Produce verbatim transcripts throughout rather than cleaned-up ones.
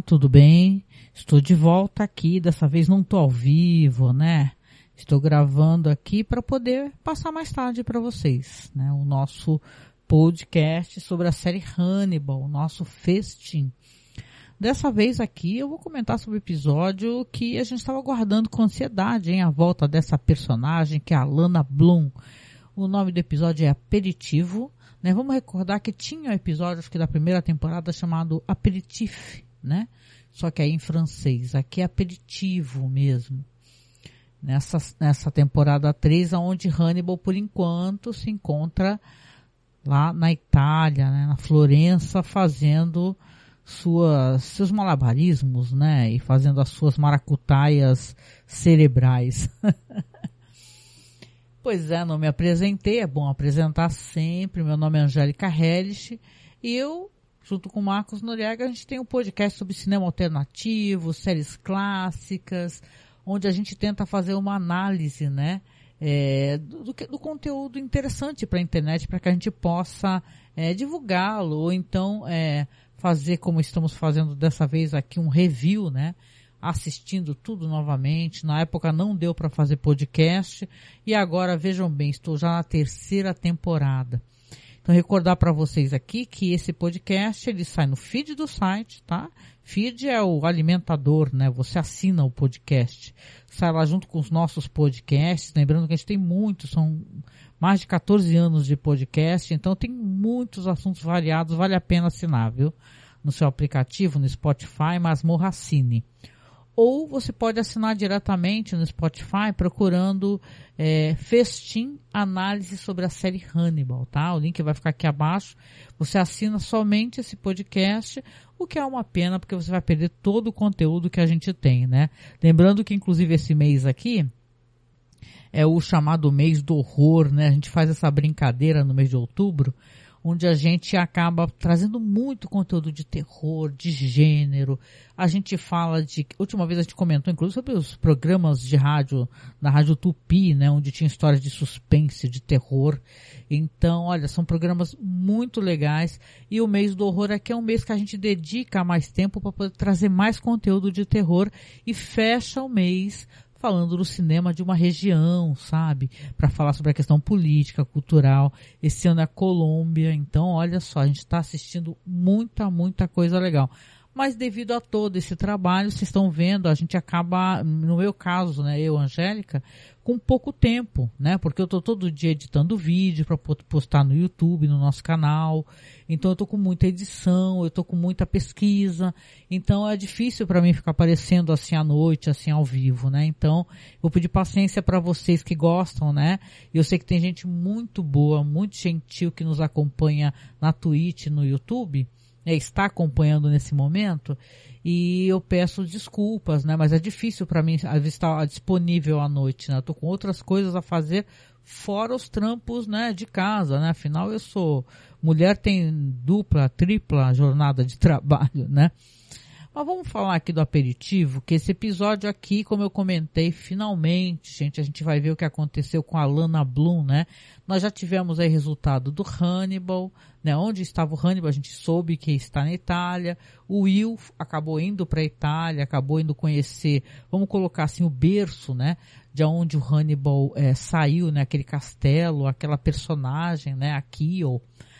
tudo bem? Estou de volta aqui, dessa vez não estou ao vivo, né? Estou gravando aqui para poder passar mais tarde para vocês, né? O nosso podcast sobre a série Hannibal, o nosso festim. Dessa vez aqui eu vou comentar sobre o episódio que a gente estava aguardando com ansiedade, hein? A volta dessa personagem que é a Lana Bloom. O nome do episódio é Aperitivo, né? Vamos recordar que tinha um episódio, acho que da primeira temporada, chamado Aperitif, né? Só que aí em francês. Aqui é aperitivo mesmo. Nessa, nessa temporada três, onde Hannibal, por enquanto, se encontra lá na Itália, né? Na Florença, fazendo suas, seus malabarismos, né? E fazendo as suas maracutaias cerebrais. Pois é, não me apresentei, é bom apresentar sempre. Meu nome é Angélica Hellish e eu, junto com o Marcos Noriega, a gente tem um podcast sobre cinema alternativo, séries clássicas, onde a gente tenta fazer uma análise, né, é, do, do conteúdo interessante para a internet, para que a gente possa é, divulgá-lo, ou então é, fazer, como estamos fazendo dessa vez aqui, um review, né, assistindo tudo novamente. Na época não deu para fazer podcast e agora, vejam bem, estou já na terceira temporada. Então, recordar para vocês aqui que esse podcast ele sai no feed do site, tá? Feed é o alimentador, né? Você assina o podcast, sai lá junto com os nossos podcasts. Lembrando que a gente tem muitos, são mais de quatorze anos de podcast, então tem muitos assuntos variados, vale a pena assinar, viu? No seu aplicativo, no Spotify, Masmorra Assine. Ou você pode assinar diretamente no Spotify procurando é, Festim Análise sobre a série Hannibal, tá? O link vai ficar aqui abaixo. Você assina somente esse podcast, o que é uma pena porque você vai perder todo o conteúdo que a gente tem, né? Lembrando que inclusive esse mês aqui é o chamado mês do horror, né? A gente faz essa brincadeira no mês de outubro, onde a gente acaba trazendo muito conteúdo de terror, de gênero. A gente fala de... Última vez a gente comentou, inclusive, sobre os programas de rádio, na Rádio Tupi, né? Onde tinha histórias de suspense, de terror. Então, olha, são programas muito legais. E o mês do horror aqui é um mês que a gente dedica mais tempo para poder trazer mais conteúdo de terror. E fecha o mês falando do cinema de uma região, sabe? Para falar sobre a questão política, cultural. Esse ano é a Colômbia, então olha só, a gente está assistindo muita, muita coisa legal. Mas devido a todo esse trabalho, vocês estão vendo, a gente acaba, no meu caso, né, eu, Angélica, com pouco tempo, né? Porque eu estou todo dia editando vídeo para postar no YouTube, no nosso canal. Então eu estou com muita edição, eu estou com muita pesquisa. Então é difícil para mim ficar aparecendo assim à noite, assim ao vivo, né? Então eu vou pedir paciência para vocês que gostam, né? Eu sei que tem gente muito boa, muito gentil que nos acompanha na Twitch, no YouTube, né, está acompanhando nesse momento, e eu peço desculpas, né, mas é difícil para mim às vezes estar disponível à noite, né, eu tô com outras coisas a fazer fora os trampos, né, de casa, né, afinal eu sou mulher, tem dupla, tripla jornada de trabalho, né. Mas vamos falar aqui do aperitivo, que esse episódio aqui, como eu comentei, finalmente, gente, a gente vai ver o que aconteceu com a Lana Bloom, né? Nós já tivemos aí resultado do Hannibal, né? Onde estava o Hannibal, a gente soube que está na Itália. O Will acabou indo para a Itália, acabou indo conhecer, vamos colocar assim, o berço, né? De onde o Hannibal é, saiu, né? Aquele castelo, aquela personagem, né? A Kiel.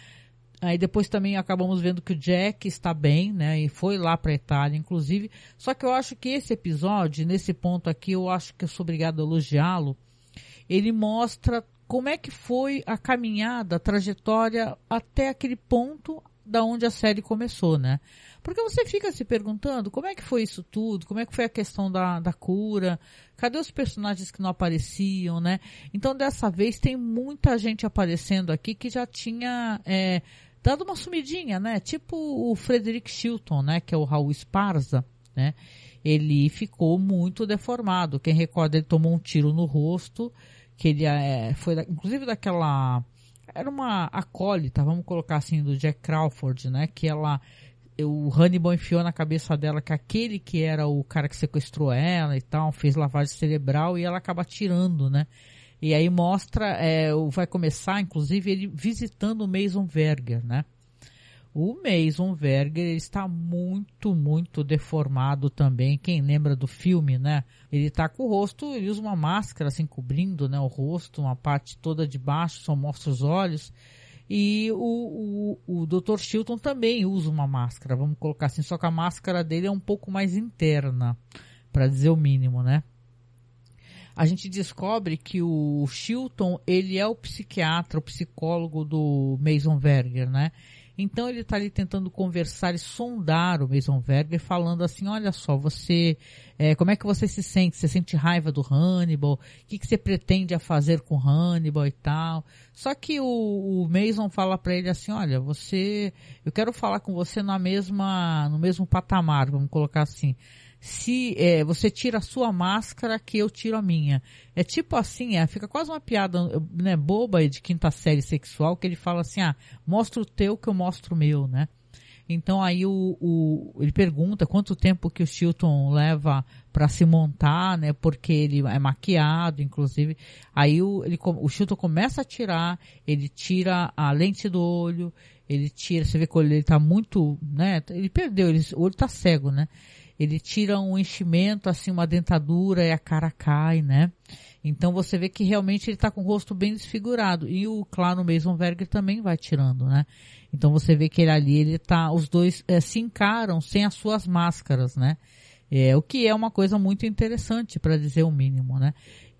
Aí depois também acabamos vendo que o Jack está bem, né? E foi lá para a Itália, inclusive. Só que eu acho que esse episódio, nesse ponto aqui, eu acho que eu sou obrigado a elogiá-lo. Ele mostra como é que foi a caminhada, a trajetória até aquele ponto da onde a série começou, né? Porque você fica se perguntando como é que foi isso tudo, como é que foi a questão da, da cura, cadê os personagens que não apareciam, né? Então dessa vez tem muita gente aparecendo aqui que já tinha é, dado uma sumidinha, né? Tipo o Frederick Chilton, né? Que é o Raul Esparza, né? Ele ficou muito deformado. Quem recorda, ele tomou um tiro no rosto, que ele é, foi, inclusive daquela... Era uma acólita, vamos colocar assim, do Jack Crawford, né? Que ela... O Hannibal enfiou na cabeça dela que aquele que era o cara que sequestrou ela e tal, fez lavagem cerebral e ela acaba atirando, né? E aí mostra, é, vai começar, inclusive, ele visitando o Mason Verger, né? O Mason Verger ele está muito, muito deformado também. Quem lembra do filme, né? Ele está com o rosto, ele usa uma máscara assim cobrindo, né, o rosto, uma parte toda de baixo, só mostra os olhos. E o, o, o doutor Chilton também usa uma máscara, vamos colocar assim, só que a máscara dele é um pouco mais interna, para dizer o mínimo, né? A gente descobre que o Chilton, ele é o psiquiatra, o psicólogo do Mason Verger, né? Então ele está ali tentando conversar e sondar o Mason Verger, falando assim, olha só, você, é, como é que você se sente? Você sente raiva do Hannibal? O que, que você pretende a fazer com Hannibal e tal? Só que o, o Mason fala para ele assim, olha, você, eu quero falar com você na mesma, no mesmo patamar, vamos colocar assim. Se é, você tira a sua máscara, que eu tiro a minha. É tipo assim, é, fica quase uma piada, né, boba de quinta série sexual, que ele fala assim, ah, mostra o teu que eu mostro o meu, né? Então aí o, o, ele pergunta quanto tempo que o Chilton leva para se montar, né? Porque ele é maquiado, inclusive. Aí o, ele, o Chilton começa a tirar, ele tira a lente do olho, ele tira, você vê que o olho ele tá muito, né? Ele perdeu, ele, o olho tá cego, né? Ele tira um enchimento, assim, uma dentadura e a cara cai, né? Então você vê que realmente ele está com o rosto bem desfigurado. E o, claro, o Mason Verger também vai tirando, né? Então você vê que ele ali, ele tá, os dois é, se encaram sem as suas máscaras, né? É, o que é uma coisa muito interessante, para dizer o mínimo, né?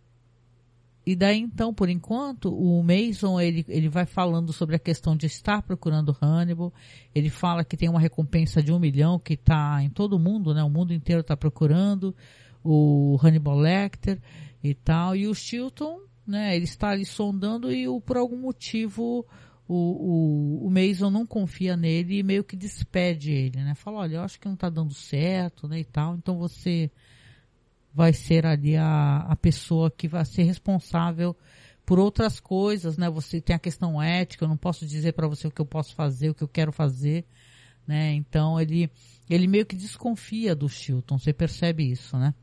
E daí então, por enquanto, o Mason, ele, ele vai falando sobre a questão de estar procurando Hannibal. Ele fala que tem uma recompensa de um milhão que está em todo o mundo, né? O mundo inteiro está procurando o Hannibal Lecter e tal. E o Chilton, né? Ele está ali sondando e o, por algum motivo o, o, o Mason não confia nele e meio que despede ele, né? Fala, olha, eu acho que não está dando certo, né? E tal, então você vai ser ali a, a pessoa que vai ser responsável por outras coisas, né? Você tem a questão ética, eu não posso dizer para você o que eu posso fazer, o que eu quero fazer, né? Então ele, ele meio que desconfia do Chilton, você percebe isso, né?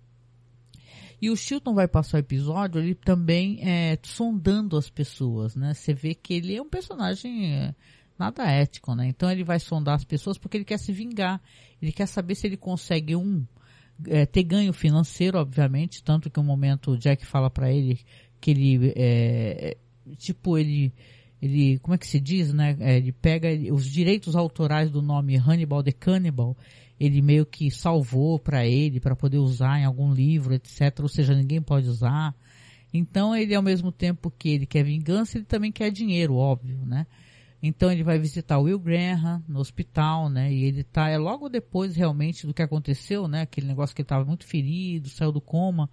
E o Chilton vai passar o episódio, ele também é, sondando as pessoas, né? Você vê que ele é um personagem é, nada ético, né? Então ele vai sondar as pessoas porque ele quer se vingar, ele quer saber se ele consegue um É, ter ganho financeiro, obviamente, tanto que um momento o Jack fala pra ele que ele, é, tipo, ele, ele, como é que se diz, né, é, ele pega os direitos autorais do nome Hannibal the Cannibal, ele meio que salvou pra ele, pra poder usar em algum livro, etcétera, ou seja, ninguém pode usar. Então ele, ao mesmo tempo que ele quer vingança, ele também quer dinheiro, óbvio, né. Então ele vai visitar o Will Graham no hospital, né? E ele tá, é logo depois realmente do que aconteceu, né? Aquele negócio que ele estava muito ferido, saiu do coma.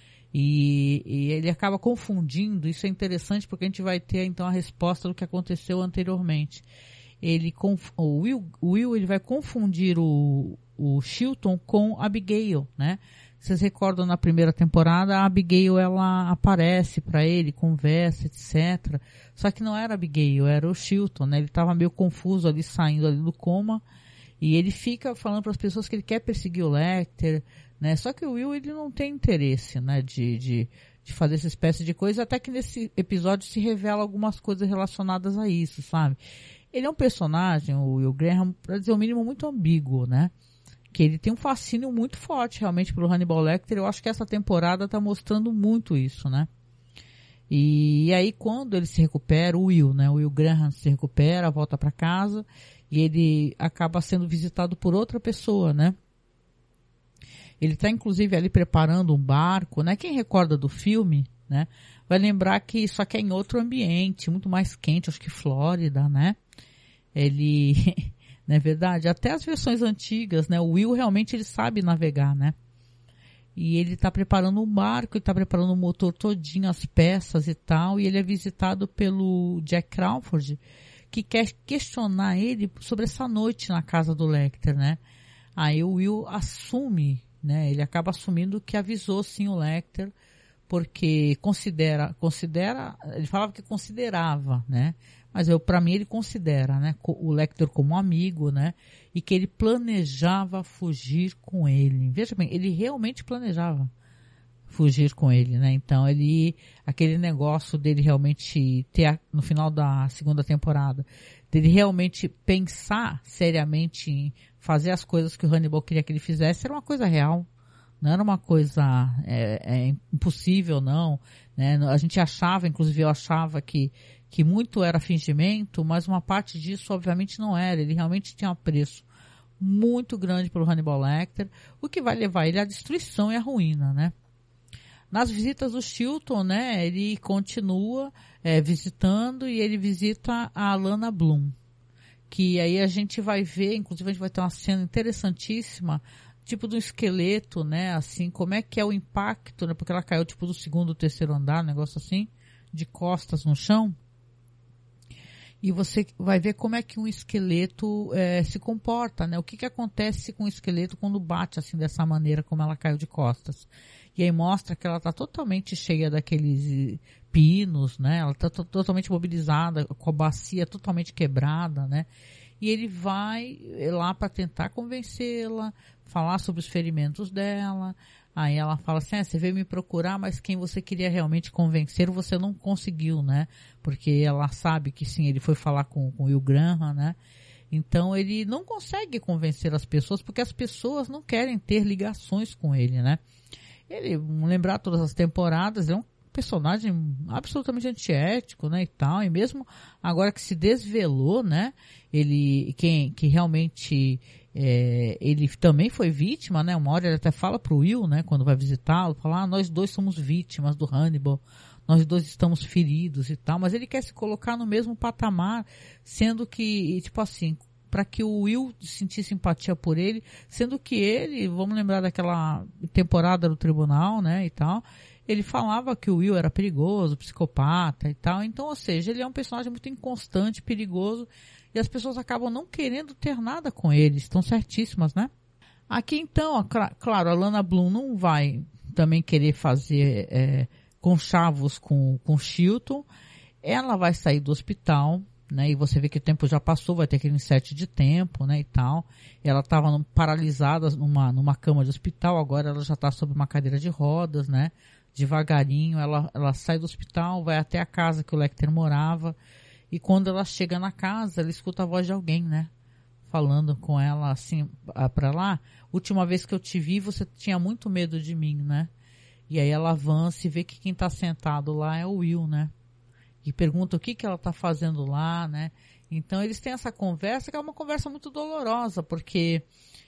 E, e ele acaba confundindo, isso é interessante porque a gente vai ter então a resposta do que aconteceu anteriormente. Ele, o Will, o Will ele vai confundir o, o Chilton com Abigail, né? Vocês recordam na primeira temporada, a Abigail ela aparece para ele, conversa, etcétera. Só que não era a Abigail, era o Chilton, né? Ele estava meio confuso ali, saindo ali do coma. E ele fica falando para as pessoas que ele quer perseguir o Lecter, né? Só que o Will ele não tem interesse, né? De, de, de fazer essa espécie de coisa, até que nesse episódio se revela algumas coisas relacionadas a isso, sabe? Ele é um personagem, o Will Graham, para dizer o mínimo, muito ambíguo, né? Que ele tem um fascínio muito forte realmente pelo Hannibal Lecter. Eu acho que essa temporada está mostrando muito isso, né? E, e aí quando ele se recupera, o Will, né? O Will Graham se recupera, volta para casa e ele acaba sendo visitado por outra pessoa, né? Ele está inclusive ali preparando um barco, né? Quem recorda do filme, né? Vai lembrar que isso aqui é em outro ambiente, muito mais quente, acho que Flórida, né? Ele... Não é verdade? Até as versões antigas, né? O Will realmente ele sabe navegar, né? E ele está preparando um barco, ele está preparando o motor todinho, as peças e tal, e ele é visitado pelo Jack Crawford, que quer questionar ele sobre essa noite na casa do Lecter, né? Aí o Will assume, né? Ele acaba assumindo que avisou sim o Lecter, porque considera, considera, ele falava que considerava, né? Mas eu, para mim ele considera, né, o Lecter como um amigo, né, e que ele planejava fugir com ele. Veja bem, ele realmente planejava fugir com ele, né? Então ele, aquele negócio dele realmente ter, no final da segunda temporada, dele realmente pensar seriamente em fazer as coisas que o Hannibal queria que ele fizesse, era uma coisa real. Não era uma coisa é, é, impossível, não. Né? A gente achava, inclusive eu achava que, que muito era fingimento, mas uma parte disso obviamente não era. Ele realmente tinha um preço muito grande pelo Hannibal Lecter, o que vai levar ele à destruição e à ruína, né? Nas visitas do Chilton, né, ele continua é, visitando e ele visita a Alana Bloom, que aí a gente vai ver, inclusive a gente vai ter uma cena interessantíssima, tipo do esqueleto, né, assim, como é que é o impacto, né, porque ela caiu tipo do segundo ou terceiro andar, um negócio assim, de costas no chão. E você vai ver como é que um esqueleto é, se comporta, né? O que que acontece com o esqueleto quando bate assim dessa maneira como ela caiu de costas. E aí mostra que ela está totalmente cheia daqueles pinos, né? Ela está totalmente mobilizada, com a bacia totalmente quebrada, né? E ele vai lá para tentar convencê-la, falar sobre os ferimentos dela. Aí ela fala assim, ah, você veio me procurar, mas quem você queria realmente convencer, você não conseguiu, né? Porque ela sabe que sim, ele foi falar com, com o Will Graham, né? Então ele não consegue convencer as pessoas, porque as pessoas não querem ter ligações com ele, né? Ele, vamos lembrar todas as temporadas, é um personagem absolutamente antiético, né, e tal, e mesmo agora que se desvelou, né, ele, quem, que realmente, é, ele também foi vítima, né, uma hora ele até fala pro Will, né, quando vai visitá-lo, fala, ah, nós dois somos vítimas do Hannibal, nós dois estamos feridos e tal, mas ele quer se colocar no mesmo patamar, sendo que, tipo assim, para que o Will sentisse simpatia por ele, sendo que ele, vamos lembrar daquela temporada do tribunal, né, e tal, ele falava que o Will era perigoso, psicopata e tal. Então, ou seja, ele é um personagem muito inconstante, perigoso, e as pessoas acabam não querendo ter nada com ele. Estão certíssimas, né? Aqui, então, claro, a Alana Bloom não vai também querer fazer é, conchavos com o Chilton. Ela vai sair do hospital, né? E você vê que o tempo já passou, vai ter aquele insert de tempo, né? E tal. Ela estava paralisada numa, numa cama de hospital, agora ela já está sob uma cadeira de rodas, né? Devagarinho, ela, ela sai do hospital, vai até a casa que o Lecter morava, e quando ela chega na casa, ela escuta a voz de alguém, né? Falando com ela assim, pra lá, última vez que eu te vi, você tinha muito medo de mim, né? E aí ela avança e vê que quem tá sentado lá é o Will, né? E pergunta o que que ela tá fazendo lá, né? Então eles têm essa conversa, que é uma conversa muito dolorosa, porque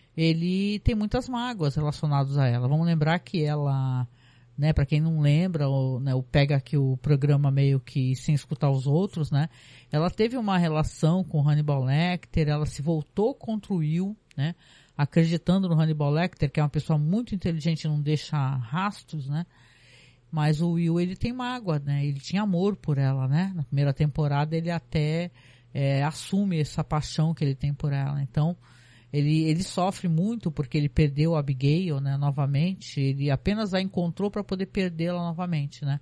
ele tem muitas mágoas relacionadas a ela. Vamos lembrar que ela... Né, para quem não lembra, ou, né, ou pega aqui o programa meio que sem escutar os outros, né, ela teve uma relação com o Hannibal Lecter, ela se voltou contra o Will, né, acreditando no Hannibal Lecter, que é uma pessoa muito inteligente e não deixa rastros, né, mas o Will, ele tem mágoa, né, ele tinha amor por ela, né, na primeira temporada ele até é, assume essa paixão que ele tem por ela, então Ele, ele sofre muito porque ele perdeu a Abigail, né, novamente. Ele apenas a encontrou para poder perdê-la novamente, né.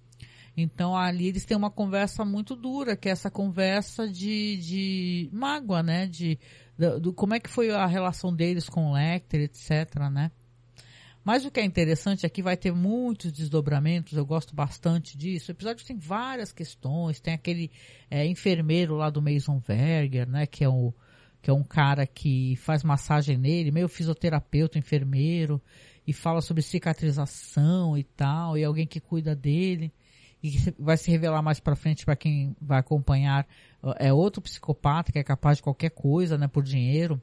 Então ali eles têm uma conversa muito dura, que é essa conversa de, de mágoa, né, de, do, do, como é que foi a relação deles com o Lecter, etc, né. Mas o que é interessante aqui, vai ter muitos desdobramentos, eu gosto bastante disso. O episódio tem várias questões, tem aquele é, enfermeiro lá do Mason Verger, né, que é o que é um cara que faz massagem nele, meio fisioterapeuta, enfermeiro, e fala sobre cicatrização e tal, e alguém que cuida dele, e que vai se revelar mais pra frente para quem vai acompanhar, é outro psicopata que é capaz de qualquer coisa, né, por dinheiro.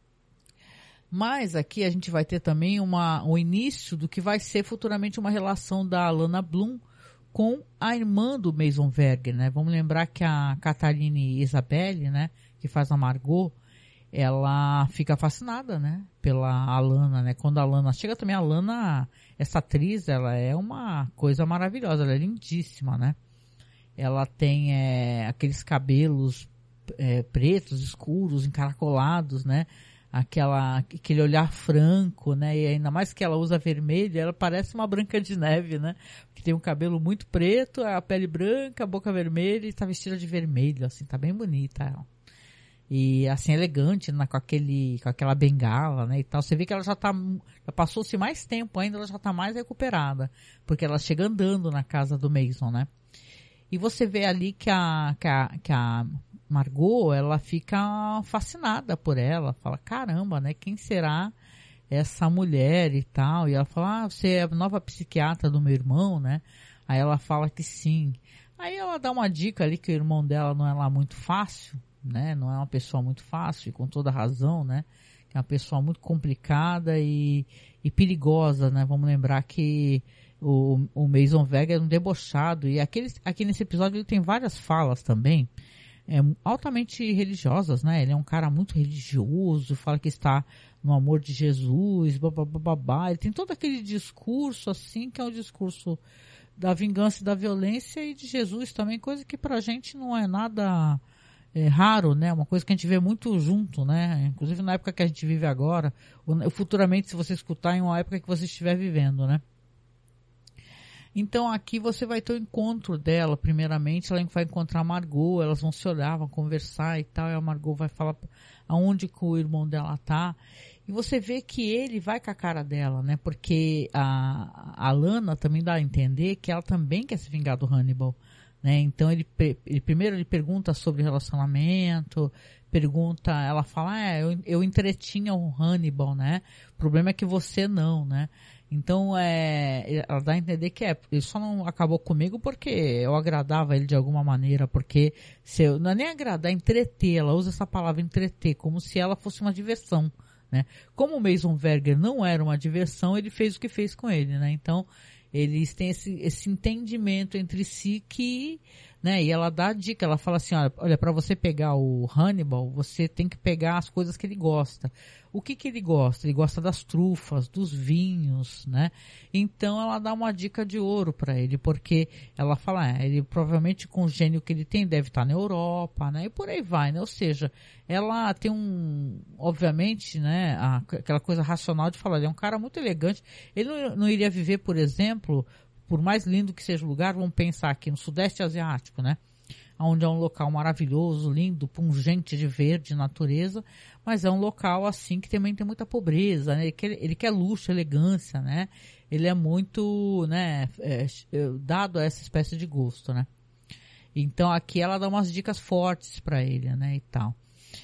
Mas aqui a gente vai ter também uma, um início do que vai ser futuramente uma relação da Alana Bloom com a irmã do Mason Verger, né? Vamos lembrar que a Catherine Isabelle, né, que faz a Margot, ela fica fascinada, né, pela Alana, né, quando a Alana chega também, a Alana, essa atriz, ela é uma coisa maravilhosa, ela é lindíssima, né, ela tem é, aqueles cabelos é, pretos, escuros, encaracolados, né, aquela, aquele olhar franco, né, e ainda mais que ela usa vermelho, ela parece uma Branca de Neve, né, que tem um cabelo muito preto, a pele branca, a boca vermelha e tá vestida de vermelho, assim, tá bem bonita ela. E assim, elegante, né, com, aquele, com aquela bengala, né, e tal. Você vê que ela já tá, já passou-se mais tempo ainda, ela já tá mais recuperada, porque ela chega andando na casa do Mason, né. E você vê ali que a, que a, que a Margot, ela fica fascinada por ela, fala, caramba, né, quem será essa mulher e tal, e ela fala, ah, você é a nova psiquiatra do meu irmão, né, aí ela fala que sim, aí ela dá uma dica ali que o irmão dela não é lá muito fácil, né, não é uma pessoa muito fácil, e com toda razão, né, é uma pessoa muito complicada e, e perigosa, né, vamos lembrar que o, o Mason Vega é um debochado, e aquele, aqui nesse episódio ele tem várias falas também, É, altamente religiosas, né? Ele é um cara muito religioso, fala que está no amor de Jesus, babá. Ele tem todo aquele discurso assim, que é um discurso da vingança e da violência, e de Jesus também, coisa que pra gente não é nada é, raro, né? Uma coisa que a gente vê muito junto, né? Inclusive na época que a gente vive agora, ou futuramente, se você escutar em uma época que você estiver vivendo, né? Então aqui você vai ter o encontro dela, primeiramente, ela vai encontrar a Margot, elas vão se olhar, vão conversar e tal, e a Margot vai falar aonde que o irmão dela tá, e você vê que ele vai com a cara dela, né, porque a, a Lana também dá a entender que ela também quer se vingar do Hannibal, né, então ele, ele primeiro ele pergunta sobre relacionamento, pergunta, ela fala, é, eu, eu entretinha o Hannibal, né, o problema é que você não, né. Então, é, ela dá a entender que é, ele só não acabou comigo porque eu agradava ele de alguma maneira, porque se eu, não é nem agradar, é entreter, ela usa essa palavra entreter, como se ela fosse uma diversão, né? Como o Mason Verger não era uma diversão, ele fez o que fez com ele, né? Então, eles têm esse, esse entendimento entre si que, né? E ela dá a dica, ela fala assim, olha, olha, para você pegar o Hannibal, você tem que pegar as coisas que ele gosta. O que que ele gosta? Ele gosta das trufas, dos vinhos, né? Então ela dá uma dica de ouro para ele, porque ela fala, é, ele provavelmente com o gênio que ele tem deve estar na Europa, né? E por aí vai, né? Ou seja, ela tem um, obviamente, né? A, aquela coisa racional de falar, ele é um cara muito elegante. Ele não, não iria viver, por exemplo, por mais lindo que seja o lugar, vamos pensar aqui no Sudeste Asiático, né? Onde é um local maravilhoso, lindo, pungente de verde, natureza, mas é um local assim que também tem muita pobreza, né? Ele quer, ele quer luxo, elegância, né? Ele é muito, né, é, dado a essa espécie de gosto, né? Então aqui ela dá umas dicas fortes para ele, né, e tal.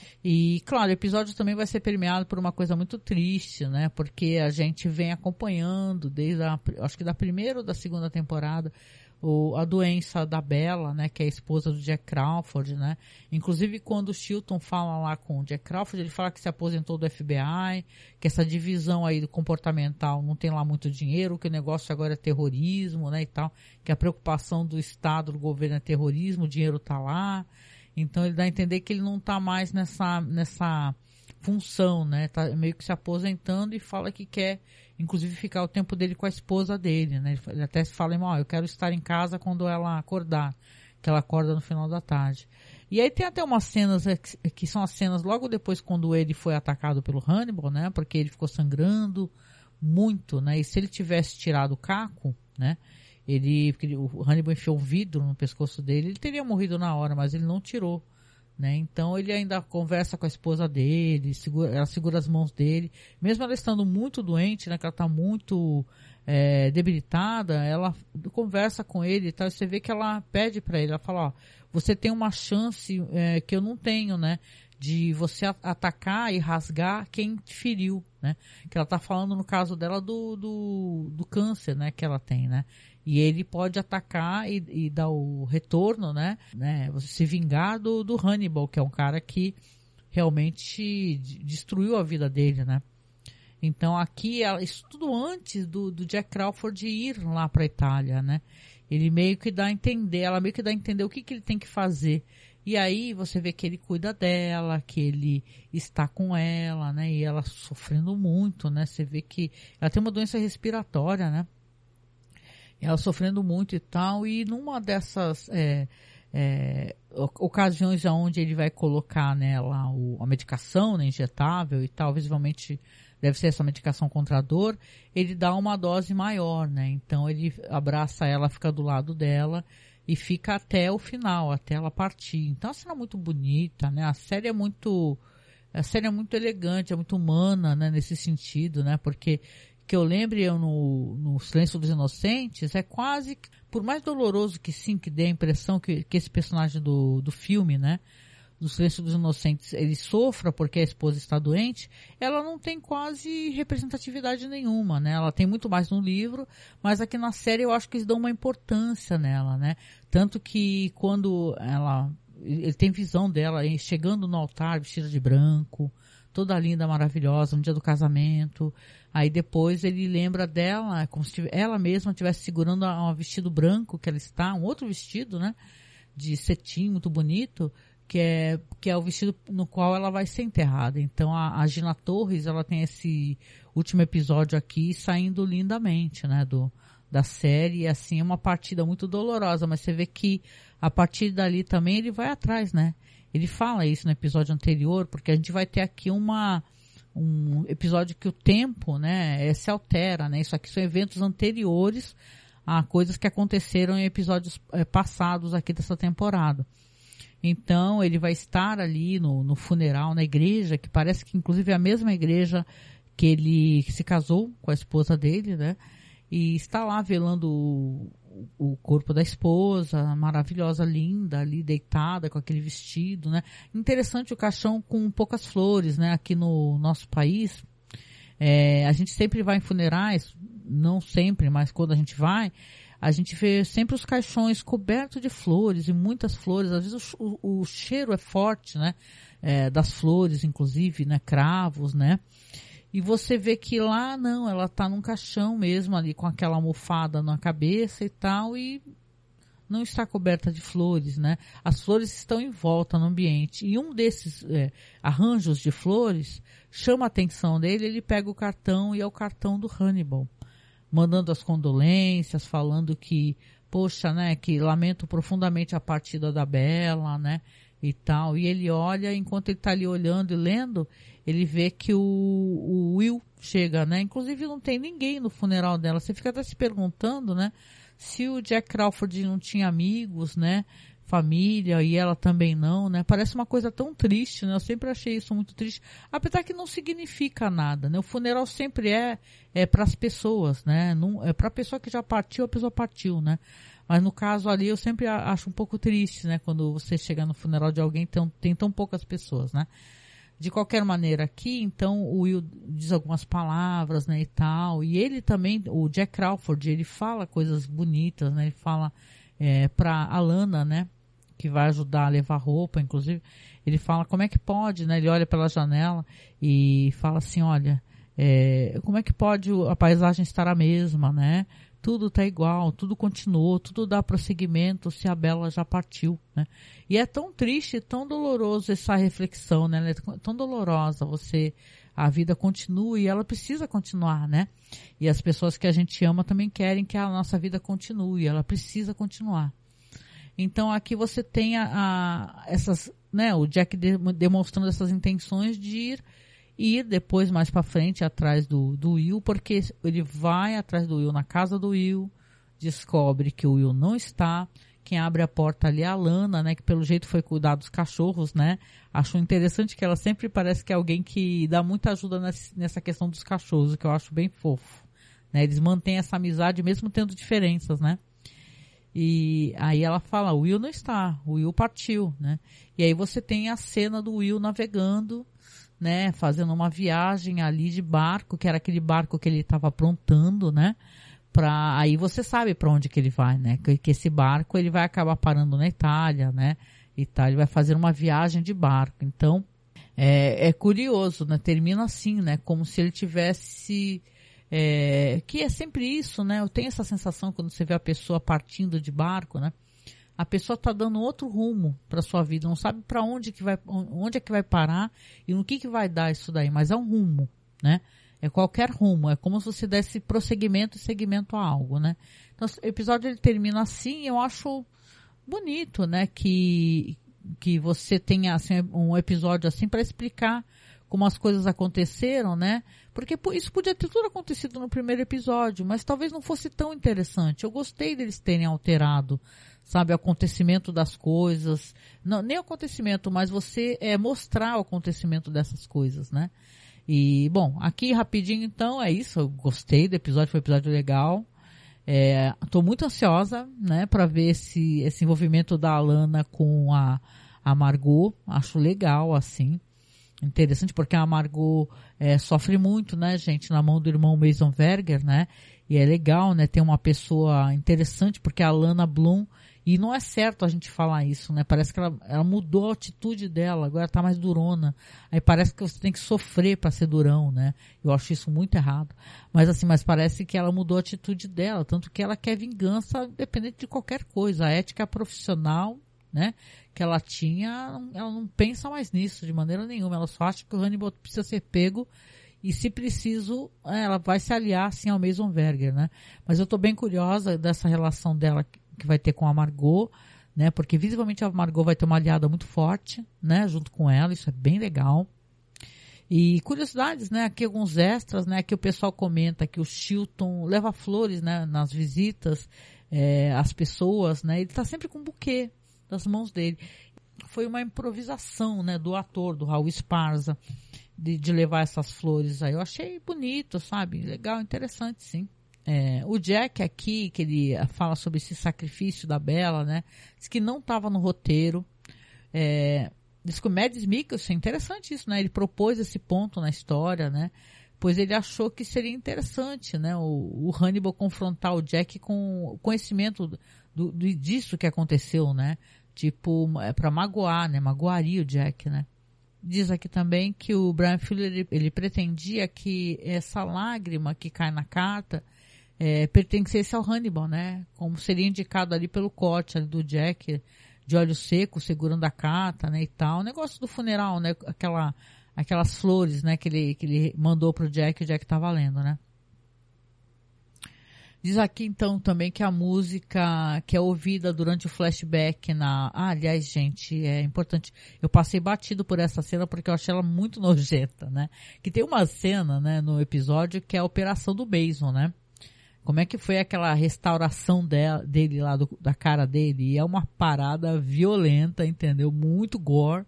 E, claro, o episódio também vai ser permeado por uma coisa muito triste, né? Porque a gente vem acompanhando desde a, acho que da primeira ou da segunda temporada, o, a doença da Bella, né, que é a esposa do Jack Crawford, né, inclusive quando o Chilton fala lá com o Jack Crawford, ele fala que se aposentou do F B I, que essa divisão aí do comportamental não tem lá muito dinheiro, que o negócio agora é terrorismo, né, e tal, que a preocupação do Estado, do governo é terrorismo, o dinheiro tá lá, então ele dá a entender que ele não tá mais nessa, nessa função, né, tá meio que se aposentando e fala que quer inclusive ficar o tempo dele com a esposa dele, né? Ele até fala, ó, eu quero estar em casa quando ela acordar, que ela acorda no final da tarde. E aí tem até umas cenas que são as cenas logo depois quando ele foi atacado pelo Hannibal, né? Porque ele ficou sangrando muito, né? E se ele tivesse tirado o caco, né? Ele, porque o Hannibal enfiou um vidro no pescoço dele, ele teria morrido na hora, mas ele não tirou. Né? Então ele ainda conversa com a esposa dele, segura, ela segura as mãos dele, mesmo ela estando muito doente, né, que ela está muito é, debilitada, ela conversa com ele e tal, você vê que ela pede para ele, ela fala, ó, você tem uma chance é, que eu não tenho, né, de você atacar e rasgar quem te feriu, né, que ela está falando no caso dela do, do, do câncer, né, que ela tem, né. E ele pode atacar e, e dar o retorno, né? né? Você se vingar do, do Hannibal, que é um cara que realmente destruiu a vida dele, né? Então aqui, isso tudo antes do, do Jack Crawford ir lá para a Itália, né? Ele meio que dá a entender, ela meio que dá a entender o que, que ele tem que fazer. E aí você vê que ele cuida dela, que ele está com ela, né? E ela sofrendo muito, né? Você vê que ela tem uma doença respiratória, né? Ela sofrendo muito e tal, e numa dessas é, é, ocasiões onde ele vai colocar nela o, a medicação, né, injetável e tal, visivelmente deve ser essa medicação contra a dor, ele dá uma dose maior, né? Então ele abraça ela, fica do lado dela e fica até o final, até ela partir. Então a cena é muito bonita, né? A série é muito, a série é muito elegante, é muito humana, né? Nesse sentido, né? Porque que eu lembre eu no, no Silêncio dos Inocentes, é quase, por mais doloroso que sim, que dê a impressão que, que esse personagem do, do filme, né, do Silêncio dos Inocentes ele sofra porque a esposa está doente, ela não tem quase representatividade nenhuma, né? Ela tem muito mais no livro, mas aqui na série eu acho que eles dão uma importância nela, né? Tanto que quando ela, ele tem visão dela chegando no altar vestida de branco, toda linda, maravilhosa, no dia do casamento. Aí depois ele lembra dela, como se ela mesma estivesse segurando um vestido branco que ela está, um outro vestido, né? De cetim, muito bonito, que é, que é o vestido no qual ela vai ser enterrada. Então a, a Gina Torres, ela tem esse último episódio aqui saindo lindamente, né, do, da série, e assim é uma partida muito dolorosa, mas você vê que a partir dali também ele vai atrás, né? Ele fala isso no episódio anterior, porque a gente vai ter aqui uma, um episódio que o tempo, né, se altera, né? Isso aqui são eventos anteriores a coisas que aconteceram em episódios é, passados aqui dessa temporada. Então, ele vai estar ali no, no funeral, na igreja, que parece que inclusive é a mesma igreja que ele se casou com a esposa dele, né? E está lá velando o, o corpo da esposa, maravilhosa, linda, ali deitada com aquele vestido, né? Interessante o caixão com poucas flores, né? Aqui no nosso país, é, a gente sempre vai em funerais, não sempre, mas quando a gente vai, a gente vê sempre os caixões cobertos de flores, e muitas flores. Às vezes o, o, o cheiro é forte, né? É, das flores, inclusive, né? Cravos, né? E você vê que lá, não, ela tá num caixão mesmo ali, com aquela almofada na cabeça e tal, e não está coberta de flores, né? As flores estão em volta no ambiente. E um desses é, arranjos de flores chama a atenção dele, ele pega o cartão, e é o cartão do Hannibal, mandando as condolências, falando que, poxa, né, que lamento profundamente a partida da Bella, né, e tal. E ele olha, enquanto ele tá ali olhando e lendo, ele vê que o, o Will chega, né, inclusive não tem ninguém no funeral dela. Você fica até se perguntando, né, se o Jack Crawford não tinha amigos, né, família, e ela também não, né? Parece uma coisa tão triste, né? Eu sempre achei isso muito triste, apesar que não significa nada, né? O funeral sempre é, é para as pessoas, né? Não, é para a pessoa que já partiu, a pessoa partiu, né? Mas no caso ali eu sempre acho um pouco triste, né? Quando você chega no funeral de alguém, tem, tem tão poucas pessoas, né? De qualquer maneira aqui, então, o Will diz algumas palavras, né, e tal, e ele também, o Jack Crawford, ele fala coisas bonitas, né? Ele fala é, para a Lana, né, que vai ajudar a levar roupa, inclusive, ele fala como é que pode, né, ele olha pela janela e fala assim, olha, é, como é que pode a paisagem estar a mesma, né, tudo tá igual, tudo continuou, tudo dá prosseguimento se a Bella já partiu, né, e é tão triste, tão doloroso essa reflexão, né, é tão dolorosa, você, a vida continua e ela precisa continuar, né, e as pessoas que a gente ama também querem que a nossa vida continue, ela precisa continuar. Então aqui você tem a, a, essas, né, o Jack de, demonstrando essas intenções de ir, ir depois mais para frente atrás do, do Will, porque ele vai atrás do Will na casa do Will, descobre que o Will não está, quem abre a porta ali é a Lana, né, que pelo jeito foi cuidar dos cachorros, né, acho interessante que ela sempre parece que é alguém que dá muita ajuda nessa, nessa questão dos cachorros, que eu acho bem fofo, né, eles mantêm essa amizade mesmo tendo diferenças, né. E aí ela fala, o Will não está, o Will partiu, né? E aí você tem a cena do Will navegando, né? Fazendo uma viagem ali de barco, que era aquele barco que ele estava aprontando, né? Pra, aí você sabe para onde que ele vai, né? Que, que esse barco ele vai acabar parando na Itália, né? E tal, ele vai fazer uma viagem de barco. Então, é, é curioso, né? Termina assim, né? Como se ele tivesse... É, que é sempre isso, né? Eu tenho essa sensação quando você vê a pessoa partindo de barco, né? A pessoa está dando outro rumo para sua vida, não sabe para onde que vai, onde é que vai parar e no que que vai dar isso daí, mas é um rumo, né? É qualquer rumo, é como se você desse prosseguimento e segmento a algo, né? Então, o episódio ele termina assim, eu acho bonito, né? Que que você tenha assim, um episódio assim para explicar como as coisas aconteceram, né? Porque isso podia ter tudo acontecido no primeiro episódio, mas talvez não fosse tão interessante. Eu gostei deles terem alterado, sabe, o acontecimento das coisas. Não, nem o acontecimento, mas você é, mostrar o acontecimento dessas coisas, né? E, bom, aqui rapidinho então, é isso. Eu gostei do episódio, foi um episódio legal. Estou é, muito ansiosa, né, para ver esse, esse envolvimento da Alana com a, a Margot, acho legal, assim, interessante, porque a Margot é, sofre muito, né, gente, na mão do irmão Mason Verger, né, e é legal, né, ter uma pessoa interessante, porque a Lana Bloom, e não é certo a gente falar isso, né, parece que ela, ela mudou a atitude dela, agora tá mais durona, aí parece que você tem que sofrer para ser durão, né, eu acho isso muito errado, mas assim, mas parece que ela mudou a atitude dela, tanto que ela quer vingança independente de qualquer coisa, a ética profissional, né, que ela tinha, ela não pensa mais nisso de maneira nenhuma, ela só acha que o Hannibal precisa ser pego e se preciso, ela vai se aliar assim ao Mason Verger, né, mas eu tô bem curiosa dessa relação dela que vai ter com a Margot, né, porque visivelmente a Margot vai ter uma aliada muito forte, né, junto com ela, isso é bem legal. E curiosidades, né, aqui alguns extras, né, que o pessoal comenta que o Chilton leva flores, né, nas visitas, é, às pessoas, né, ele tá sempre com um buquê das mãos dele. Foi uma improvisação, né, do ator, do Raul Esparza, de, de levar essas flores aí. Eu achei bonito, sabe, legal, interessante, sim. É, o Jack aqui, que ele fala sobre esse sacrifício da Bella, né? Diz que não estava no roteiro. É, diz que o Mads Mikkelsen, interessante isso, né? Ele propôs esse ponto na história, né? Pois ele achou que seria interessante, né? O, o Hannibal confrontar o Jack com o conhecimento do, do, disso que aconteceu, né? Tipo, é para magoar, né? Magoaria o Jack, né? Diz aqui também que o Brian Fuller, ele, ele pretendia que essa lágrima que cai na carta É, pertencesse ao Hannibal, né? Como seria indicado ali pelo corte ali do Jack, de olho seco, segurando a carta, né? E tal. O negócio do funeral, né? Aquela, aquelas flores, né? Que ele, que ele mandou pro Jack, o Jack tava lendo, né? Diz aqui, então, também que a música que é ouvida durante o flashback na... Ah, aliás, gente, é importante. Eu passei batido por essa cena porque eu achei ela muito nojenta, né? Que tem uma cena, né? No episódio que é a operação do Mason, né? Como é que foi aquela restauração dela, dele lá, do, da cara dele? E é uma parada violenta, entendeu? Muito gore.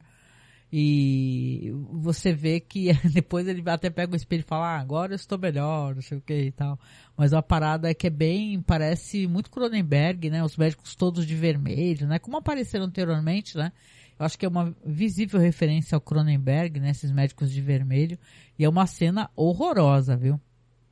E você vê que depois ele até pega o espelho e fala, ah, agora eu estou melhor, não sei o que e tal. Mas a parada é que é bem, parece muito Cronenberg, né? Os médicos todos de vermelho, né? Como apareceram anteriormente, né? Eu acho que é uma visível referência ao Cronenberg, né? Esses médicos de vermelho. E é uma cena horrorosa, viu?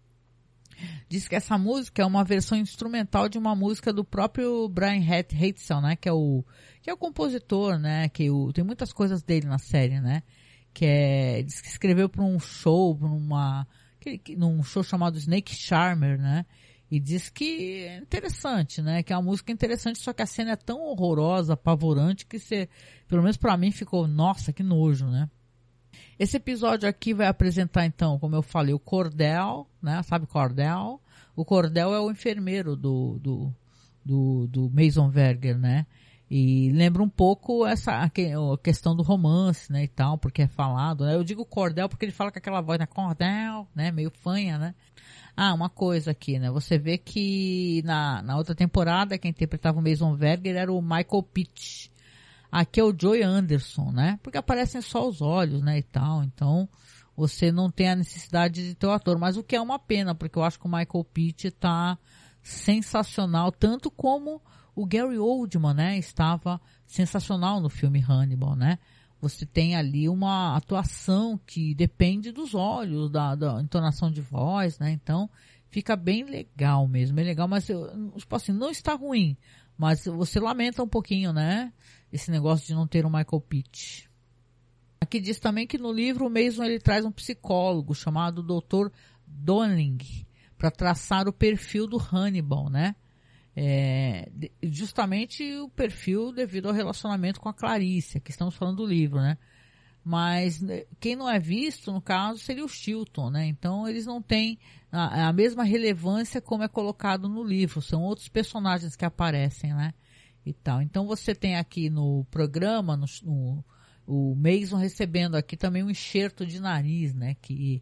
Diz que essa música é uma versão instrumental de uma música do próprio Brian Hetzel, né? Que é o, que é o compositor, né? Que o, tem muitas coisas dele na série, né? Que é, diz que escreveu para um show, para uma, que, num show chamado Snake Charmer, né? E diz que é interessante, né? Que é uma música interessante, só que a cena é tão horrorosa, apavorante, que você, pelo menos para mim, ficou, nossa, que nojo, né? Esse episódio aqui vai apresentar, então, como eu falei, o Cordell, né? Sabe Cordell? O Cordell é o enfermeiro do, do, do, do Mason Verger, né? E lembra um pouco essa a questão do romance, né? E tal, porque é falado, né? Eu digo Cordell porque ele fala com aquela voz, né? Cordell, né? Meio fanha, né? Ah, uma coisa aqui, né? Você vê que na, na outra temporada, quem interpretava o Mason Verger era o Michael Pitt. Aqui é o Joey Anderson, né? Porque aparecem só os olhos, né, e tal. Então, você não tem a necessidade de ter o ator. Mas o que é uma pena, porque eu acho que o Michael Pitt tá sensacional. Tanto como o Gary Oldman, né? Estava sensacional no filme Hannibal, né? Você tem ali uma atuação que depende dos olhos, da, da entonação de voz, né? Então, fica bem legal mesmo. Bem legal, mas, eu, tipo assim, não está ruim. Mas você lamenta um pouquinho, né? Esse negócio de não ter um Michael Pitt. Aqui diz também que no livro o Mason ele traz um psicólogo chamado doutor Donning para traçar o perfil do Hannibal, né? É, justamente o perfil devido ao relacionamento com a Clarice, que estamos falando do livro, né? Mas quem não é visto, no caso, seria o Chilton, né? Então eles não têm a, a mesma relevância como é colocado no livro. São outros personagens que aparecem, né? E tal. Então você tem aqui no programa, no, no, o Mason recebendo aqui também um enxerto de nariz, né? Que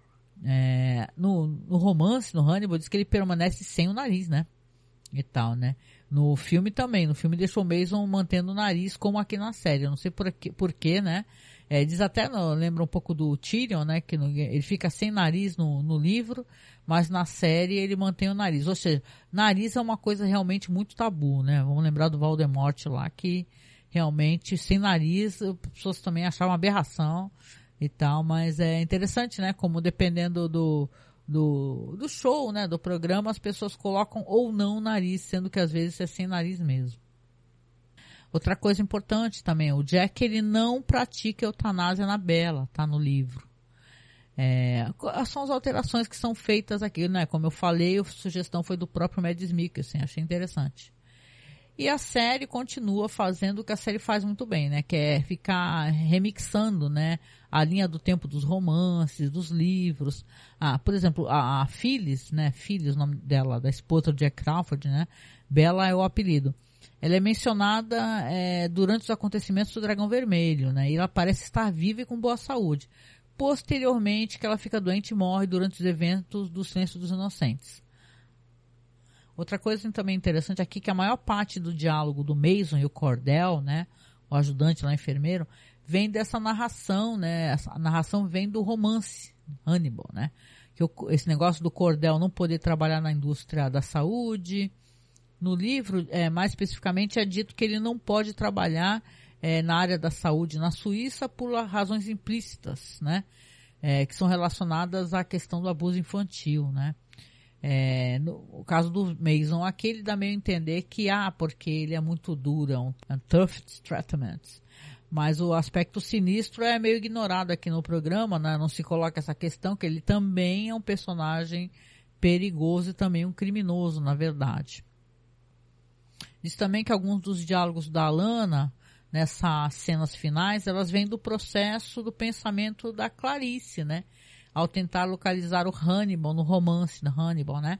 é, no, no romance, no Hannibal, diz que ele permanece sem o nariz, né? E tal, né? No filme também. No filme deixou o Mason mantendo o nariz como aqui na série. Eu não sei por quê, por quê, né? É, diz até, no, lembra um pouco do Tyrion, né? Que no, ele fica sem nariz no, no livro, mas na série ele mantém o nariz. Ou seja, nariz é uma coisa realmente muito tabu, né? Vamos lembrar do Voldemort lá, que realmente sem nariz, as pessoas também achavam uma aberração e tal, mas é interessante, né, como dependendo do, do, do show, né, do programa, as pessoas colocam ou não o nariz, sendo que às vezes é sem nariz mesmo. Outra coisa importante também, o Jack, ele não pratica eutanásia na Bella, tá no livro. É, são as alterações que são feitas aqui, né? Como eu falei, a sugestão foi do próprio Mads Mikkelsen, achei interessante. E a série continua fazendo o que a série faz muito bem, né? Que é ficar remixando, né? A linha do tempo dos romances, dos livros. Ah, por exemplo, a, a Phyllis, né? Phyllis, o nome dela, da esposa do Jack Crawford, né? Bella é o apelido. Ela é mencionada é, durante os acontecimentos do Dragão Vermelho, né? E ela parece estar viva e com boa saúde. Posteriormente, que ela fica doente e morre durante os eventos do Silêncio dos Inocentes. Outra coisa também interessante aqui, que a maior parte do diálogo do Mason e o Cordell, né, o ajudante lá, enfermeiro, vem dessa narração, né, essa narração vem do romance Hannibal, né, que o, esse negócio do Cordell não poder trabalhar na indústria da saúde. No livro, é, mais especificamente, é dito que ele não pode trabalhar É, na área da saúde na Suíça por razões implícitas, né? É, que são relacionadas à questão do abuso infantil, né? É, no caso do Mason aqui, ele dá meio a entender que, ah, porque ele é muito duro, é um, um tough treatment. Mas o aspecto sinistro é meio ignorado aqui no programa, né? Não se coloca essa questão, que ele também é um personagem perigoso e também um criminoso, na verdade. Diz também que alguns dos diálogos da Alana, nessas cenas finais, elas vêm do processo do pensamento da Clarice, né? Ao tentar localizar o Hannibal, no romance do Hannibal, né?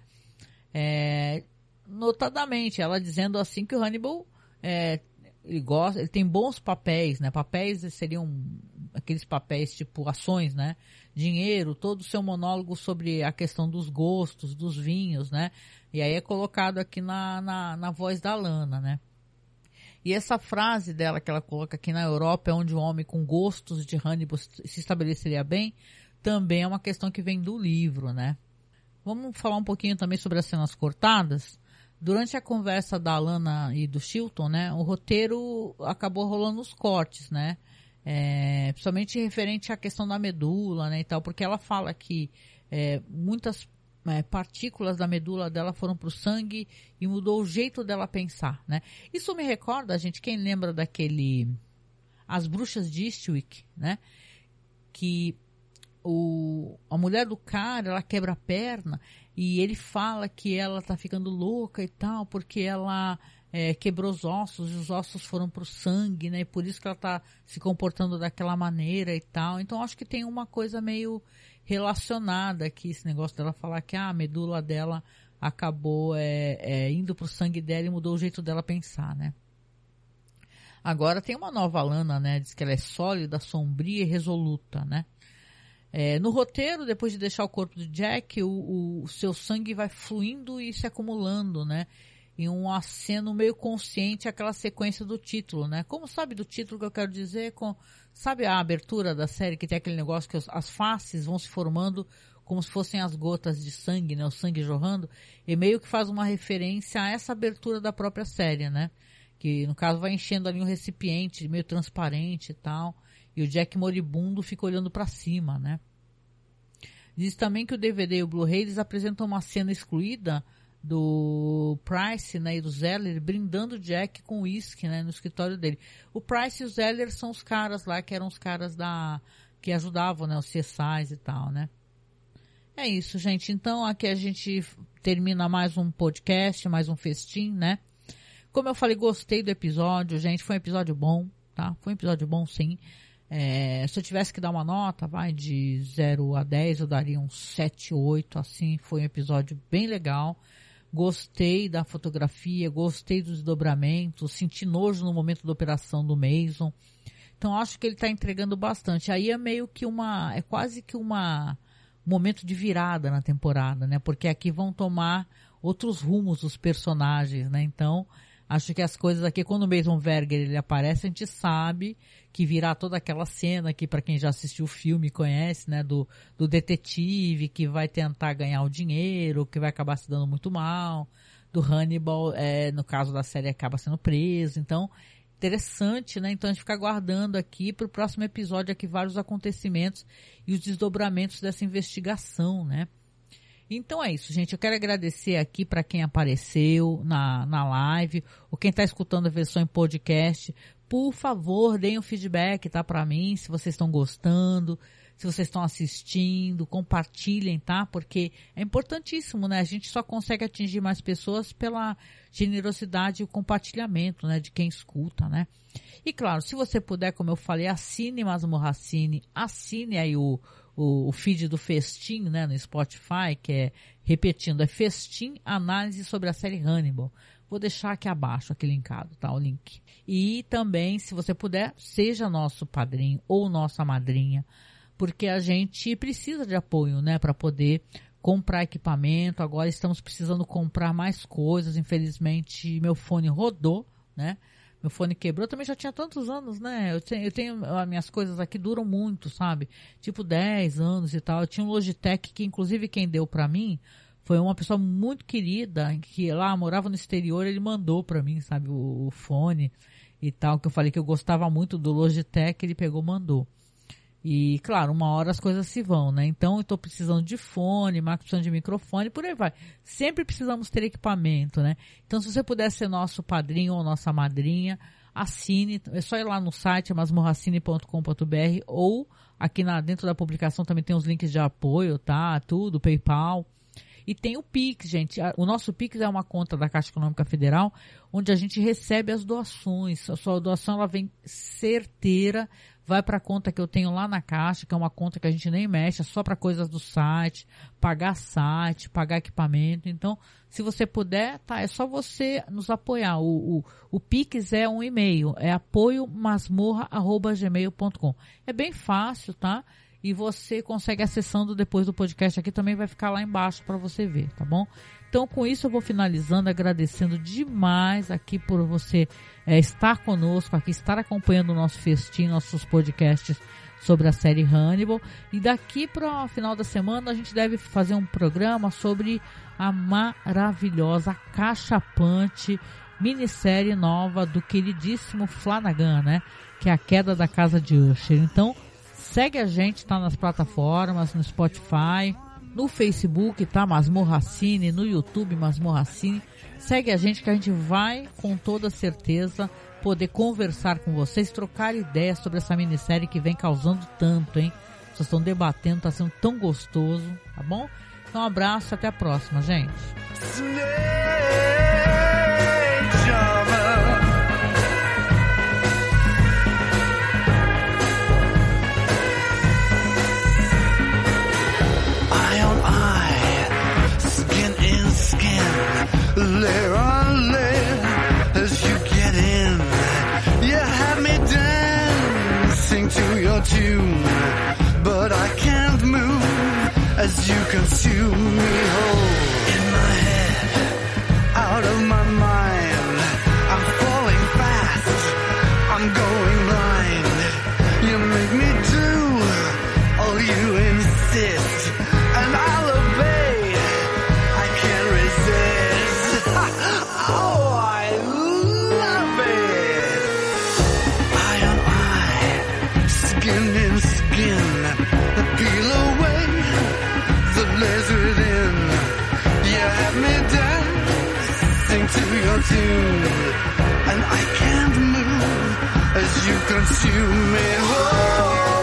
É, notadamente, ela dizendo assim que o Hannibal, é, ele gosta, ele tem bons papéis, né? Papéis seriam aqueles papéis tipo ações, né? Dinheiro, todo o seu monólogo sobre a questão dos gostos, dos vinhos, né? E aí é colocado aqui na, na, na voz da Lana, né? E essa frase dela que ela coloca aqui, na Europa é onde o homem com gostos de Hannibal se estabeleceria bem, também é uma questão que vem do livro, né? Vamos falar um pouquinho também sobre as cenas cortadas. Durante a conversa da Alana e do Chilton, né, o roteiro acabou rolando os cortes, né? É, principalmente referente à questão da medula, né, e tal, porque ela fala que é, muitas É, partículas da medula dela foram para o sangue e mudou o jeito dela pensar, né? Isso me recorda, gente, quem lembra daquele As Bruxas de Eastwick, né? Que o, a mulher do cara, ela quebra a perna e ele fala que ela tá ficando louca e tal, porque ela é, quebrou os ossos e os ossos foram pro sangue, né? E por isso que ela tá se comportando daquela maneira e tal. Então acho que tem uma coisa meio relacionada aqui, esse negócio dela falar que ah, a medula dela acabou é, é, indo pro sangue dela e mudou o jeito dela pensar, né? Agora tem uma nova Lana, né? Diz que ela é sólida, sombria e resoluta, né? É, no roteiro, depois de deixar o corpo do Jack, o, o seu sangue vai fluindo e se acumulando, né? Em um aceno meio consciente àquela sequência do título, né? Como sabe do título que eu quero dizer? Com, sabe a abertura da série que tem aquele negócio que os, as faces vão se formando como se fossem as gotas de sangue, né? O sangue jorrando. E meio que faz uma referência a essa abertura da própria série, né? Que no caso vai enchendo ali um recipiente meio transparente e tal. E o Jack moribundo fica olhando para cima, né? Diz também que o D V D e o Blu-ray eles apresentam uma cena excluída do Price, né, e do Zeller brindando o Jack com uísque, né, no escritório dele. O Price e o Zeller são os caras lá que eram os caras da que ajudavam, né, os C S Is e tal, né. É isso, gente. Então aqui a gente termina mais um podcast, mais um festim, né. Como eu falei, gostei do episódio, gente. Foi um episódio bom, tá? Foi um episódio bom, sim. É, se eu tivesse que dar uma nota, vai, de zero a dez, eu daria um sete, oito, assim. Foi um episódio bem legal. Gostei da fotografia, gostei dos desdobramentos, senti nojo no momento da operação do Mason. Então acho que ele está entregando bastante. Aí é meio que uma, é quase que uma, um momento de virada na temporada, né? Porque aqui vão tomar outros rumos os personagens, né? Então acho que as coisas aqui, quando o Mason Verger ele aparece, a gente sabe que virá toda aquela cena que, para quem já assistiu o filme conhece, né, do, do detetive que vai tentar ganhar o dinheiro, que vai acabar se dando muito mal, do Hannibal, é, no caso da série, acaba sendo preso. Então, interessante, né? Então a gente fica aguardando aqui para o próximo episódio aqui vários acontecimentos e os desdobramentos dessa investigação, né? Então é isso, gente. Eu quero agradecer aqui para quem apareceu na, na live, ou quem está escutando a versão em podcast. Por favor, deem um feedback, tá, para mim, se vocês estão gostando, se vocês estão assistindo, compartilhem, tá? Porque é importantíssimo, né? A gente só consegue atingir mais pessoas pela generosidade e o compartilhamento, né? De quem escuta, né? E claro, se você puder, como eu falei, assine Masmorra Cine, assine aí o, o, o feed do Festim, né? No Spotify, que é, repetindo, é Festim Análise sobre a série Hannibal. Vou deixar aqui abaixo, aqui linkado, tá? O link. E também, se você puder, seja nosso padrinho ou nossa madrinha, porque a gente precisa de apoio, né? Para poder comprar equipamento. Agora estamos precisando comprar mais coisas. Infelizmente, meu fone rodou, né? Meu fone quebrou. Eu também já tinha tantos anos, né? Eu tenho, eu tenho, as minhas coisas aqui duram muito, sabe? Tipo dez anos e tal. Eu tinha um Logitech que, inclusive, quem deu pra mim foi uma pessoa muito querida, que lá morava no exterior, ele mandou pra mim, sabe? O, o fone e tal, que eu falei que eu gostava muito do Logitech, ele pegou, mandou. E, claro, uma hora as coisas se vão, né? Então, eu tô precisando de fone, Marcos precisando de microfone, por aí vai. Sempre precisamos ter equipamento, né? Então, se você puder ser nosso padrinho ou nossa madrinha, assine. É só ir lá no site, masmorracine ponto com ponto b r, ou aqui na, dentro da publicação também tem os links de apoio, tá? Tudo, PayPal. E tem o Pix, gente. O nosso Pix é uma conta da Caixa Econômica Federal, onde a gente recebe as doações. A sua doação, ela vem certeira, vai para a conta que eu tenho lá na Caixa, que é uma conta que a gente nem mexe, é só para coisas do site, pagar site, pagar equipamento. Então, se você puder, tá, é só você nos apoiar. O, o, o Pix é um e-mail, é apoio masmorra arroba gmail ponto com. É bem fácil, tá? E você consegue acessando depois do podcast aqui, também vai ficar lá embaixo para você ver, tá bom? Então, com isso eu vou finalizando, agradecendo demais aqui por você é, estar conosco aqui, estar acompanhando o nosso festim, nossos podcasts sobre a série Hannibal. E daqui para o final da semana a gente deve fazer um programa sobre a maravilhosa, acachapante minissérie nova do queridíssimo Flanagan, né? Que é A Queda da Casa de Usher. Então, segue a gente, tá nas plataformas, no Spotify, no Facebook, tá? Masmorra Cine, no YouTube, Masmorra Cine. Segue a gente que a gente vai, com toda certeza, poder conversar com vocês, trocar ideias sobre essa minissérie que vem causando tanto, hein? Vocês estão debatendo, tá sendo tão gostoso, tá bom? Então, um abraço e até a próxima, gente. Layer on layer as you get in, you have me dancing to your tune, but I can't move as you consume me whole. In my head, out of my mind, I'm falling fast, I'm going blind. You make me do all you insist, and I'll obey. I can't resist. Oh, I love it. Eye on eye, skin in skin, peel away the layers within. You have me dancing to your tune, and I can't move as you consume me. Oh.